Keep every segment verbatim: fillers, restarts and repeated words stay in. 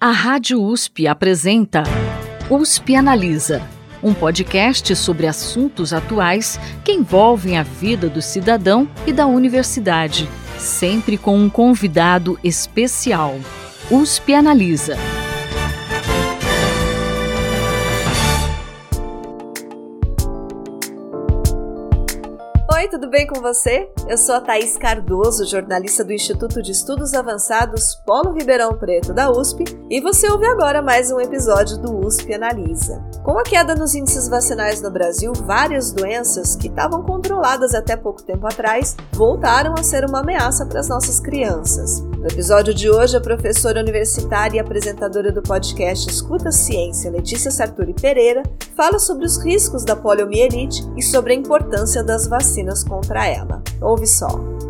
A Rádio U S P apresenta U S P Analisa, um podcast sobre assuntos atuais que envolvem a vida do cidadão e da universidade, sempre com um convidado especial. U S P Analisa. Oi, tudo bem com você? Eu sou a Thaís Cardoso, jornalista do Instituto de Estudos Avançados Polo Ribeirão Preto da U S P, e você ouve agora mais um episódio do U S P Analisa. Com a queda nos índices vacinais no Brasil, várias doenças que estavam controladas até pouco tempo atrás voltaram a ser uma ameaça para as nossas crianças. No episódio de hoje, a professora universitária e apresentadora do podcast Escuta Ciência, Letícia Sartori Pereira, fala sobre os riscos da poliomielite e sobre a importância das vacinas contra ela. Ouve só.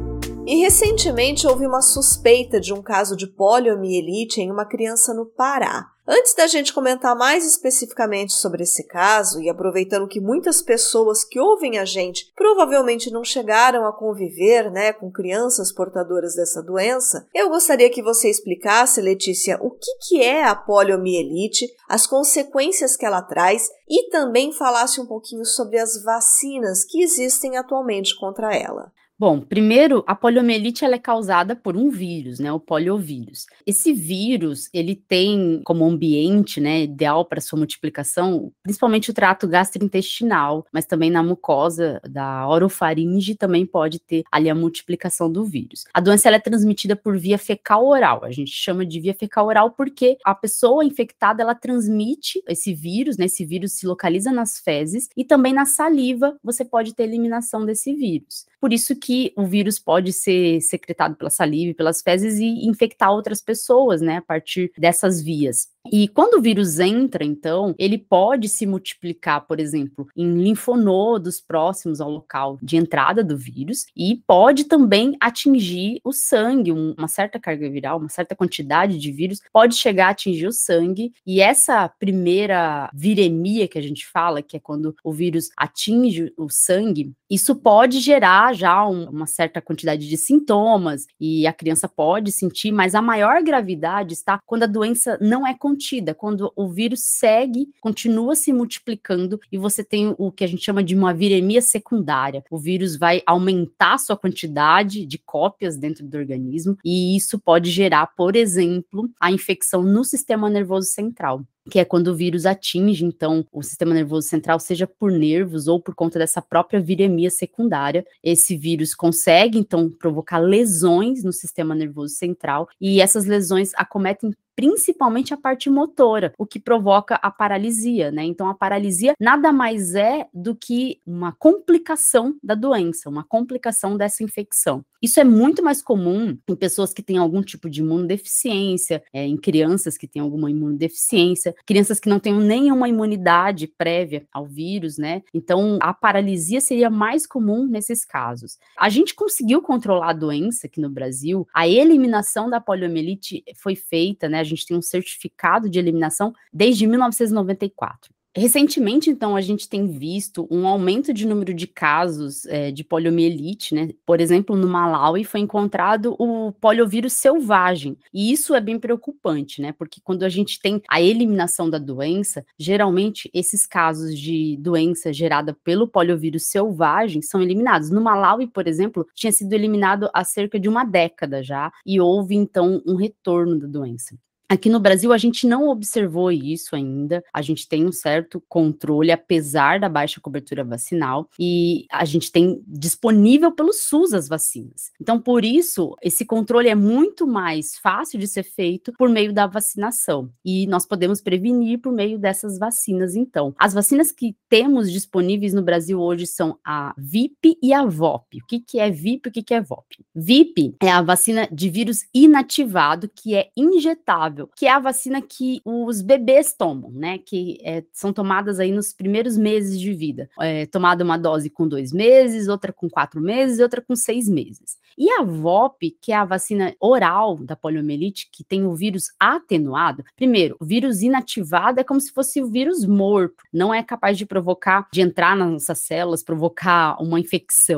E recentemente houve uma suspeita de um caso de poliomielite em uma criança no Pará. Antes da gente comentar mais especificamente sobre esse caso, e aproveitando que muitas pessoas que ouvem a gente provavelmente não chegaram a conviver, né, com crianças portadoras dessa doença, eu gostaria que você explicasse, Letícia, o que, que é a poliomielite, as consequências que ela traz e também falasse um pouquinho sobre as vacinas que existem atualmente contra ela. Bom, primeiro, a poliomielite ela é causada por um vírus, né, o poliovírus. Esse vírus, ele tem como ambiente, né, ideal para sua multiplicação, principalmente o trato gastrointestinal, mas também na mucosa da orofaringe também pode ter ali a multiplicação do vírus. A doença ela é transmitida por via fecal-oral, a gente chama de via fecal-oral porque a pessoa infectada, ela transmite esse vírus, né, esse vírus se localiza nas fezes e também na saliva você pode ter eliminação desse vírus. Por isso que que o vírus pode ser secretado pela saliva e pelas fezes e infectar outras pessoas, né, a partir dessas vias. E quando o vírus entra, então, ele pode se multiplicar, por exemplo, em linfonodos próximos ao local de entrada do vírus e pode também atingir o sangue, uma certa carga viral, uma certa quantidade de vírus pode chegar a atingir o sangue e essa primeira viremia que a gente fala, que é quando o vírus atinge o sangue, isso pode gerar já um, uma certa quantidade de sintomas e a criança pode sentir, mas a maior gravidade está quando a doença não é contida, quando o vírus segue, continua se multiplicando e você tem o que a gente chama de uma viremia secundária. O vírus vai aumentar a sua quantidade de cópias dentro do organismo e isso pode gerar, por exemplo, a infecção no sistema nervoso central, que é quando o vírus atinge, então, o sistema nervoso central, seja por nervos ou por conta dessa própria viremia secundária. Esse vírus consegue, então, provocar lesões no sistema nervoso central e essas lesões acometem principalmente a parte motora, o que provoca a paralisia, né? Então, a paralisia nada mais é do que uma complicação da doença, uma complicação dessa infecção. Isso é muito mais comum em pessoas que têm algum tipo de imunodeficiência, é, em crianças que têm alguma imunodeficiência, crianças que não têm nenhuma imunidade prévia ao vírus, né? Então, a paralisia seria mais comum nesses casos. A gente conseguiu controlar a doença aqui no Brasil, a eliminação da poliomielite foi feita, né? A gente tem um certificado de eliminação desde mil novecentos e noventa e quatro. Recentemente, então, a gente tem visto um aumento de número de casos é, de poliomielite, né? Por exemplo, no Malawi foi encontrado o poliovírus selvagem, e isso é bem preocupante, né? Porque quando a gente tem a eliminação da doença, geralmente esses casos de doença gerada pelo poliovírus selvagem são eliminados. No Malawi, por exemplo, tinha sido eliminado há cerca de uma década já, e houve, então, um retorno da doença. Aqui no Brasil, a gente não observou isso ainda, a gente tem um certo controle, apesar da baixa cobertura vacinal, e a gente tem disponível pelo SUS as vacinas. Então, por isso, esse controle é muito mais fácil de ser feito por meio da vacinação, e nós podemos prevenir por meio dessas vacinas, então. As vacinas que temos disponíveis no Brasil hoje são a V I P e a V O P. O que, que é V I P e o que, que é V O P? V I P é a vacina de vírus inativado, que é injetável, que é a vacina que os bebês tomam, né, que é, são tomadas aí nos primeiros meses de vida. É tomada uma dose com dois meses, outra com quatro meses e outra com seis meses. E a V O P, que é a vacina oral da poliomielite, que tem o vírus atenuado, primeiro, o vírus inativado é como se fosse o vírus morto, não é capaz de provocar, de entrar nas nossas células, provocar uma infecção.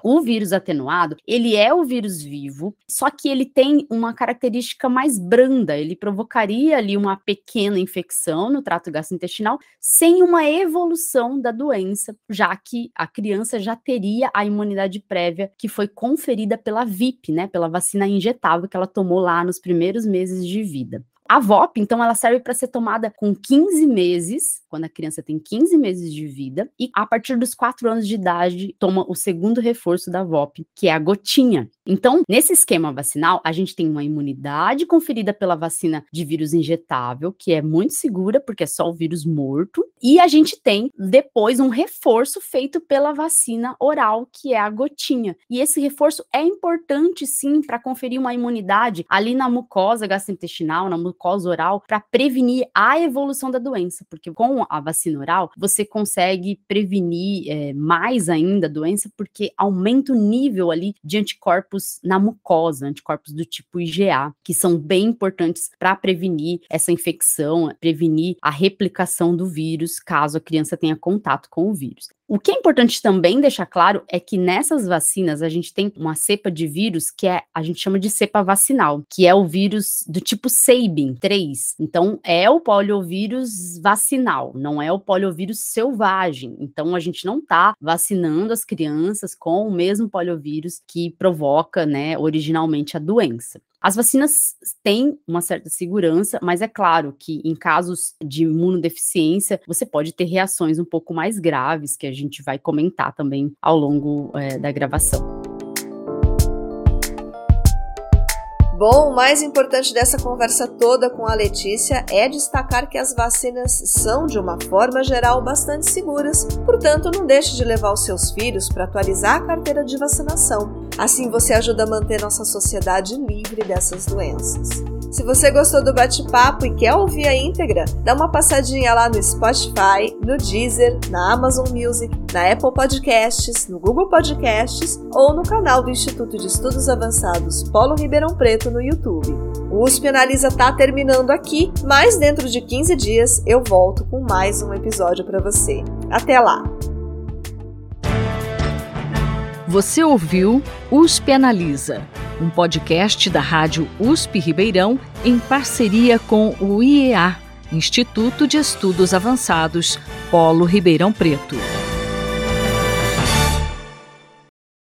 O vírus atenuado, ele é o vírus vivo, só que ele tem uma característica mais branda, ele provocaria ali uma pequena infecção no trato gastrointestinal sem uma evolução da doença, já que a criança já teria a imunidade prévia que foi conferida pela V I P, né, pela vacina injetável que ela tomou lá nos primeiros meses de vida. A V O P, então, ela serve para ser tomada com quinze meses, quando a criança tem quinze meses de vida, e a partir dos quatro anos de idade, toma o segundo reforço da V O P, que é a gotinha. Então, nesse esquema vacinal, a gente tem uma imunidade conferida pela vacina de vírus injetável, que é muito segura, porque é só o vírus morto, e a gente tem, depois, um reforço feito pela vacina oral, que é a gotinha. E esse reforço é importante, sim, para conferir uma imunidade ali na mucosa gastrointestinal, na mucosa oral, para prevenir a evolução da doença, porque com a vacina oral, você consegue prevenir é, mais ainda a doença, porque aumenta o nível ali de anticorpos na mucosa, anticorpos do tipo I G A, que são bem importantes para prevenir essa infecção, prevenir a replicação do vírus, caso a criança tenha contato com o vírus. O que é importante também deixar claro é que nessas vacinas a gente tem uma cepa de vírus que é, a gente chama de cepa vacinal, que é o vírus do tipo Sabin três. Então, é o poliovírus vacinal, não é o poliovírus selvagem. Então, a gente não está vacinando as crianças com o mesmo poliovírus que provoca, né, originalmente a doença. As vacinas têm uma certa segurança, mas é claro que em casos de imunodeficiência, você pode ter reações um pouco mais graves, que a gente vai comentar também ao longo é, da gravação. Bom, o mais importante dessa conversa toda com a Letícia é destacar que as vacinas são, de uma forma geral, bastante seguras, portanto, não deixe de levar os seus filhos para atualizar a carteira de vacinação. Assim você ajuda a manter nossa sociedade livre dessas doenças. Se você gostou do bate-papo e quer ouvir a íntegra, dá uma passadinha lá no Spotify, no Deezer, na Amazon Music, na Apple Podcasts, no Google Podcasts ou no canal do Instituto de Estudos Avançados Polo Ribeirão Preto no YouTube. O U S P Analisa tá terminando aqui, mas dentro de quinze dias eu volto com mais um episódio para você. Até lá! Você ouviu U S P Analisa, um podcast da Rádio U S P Ribeirão em parceria com o I E A, Instituto de Estudos Avançados Polo Ribeirão Preto.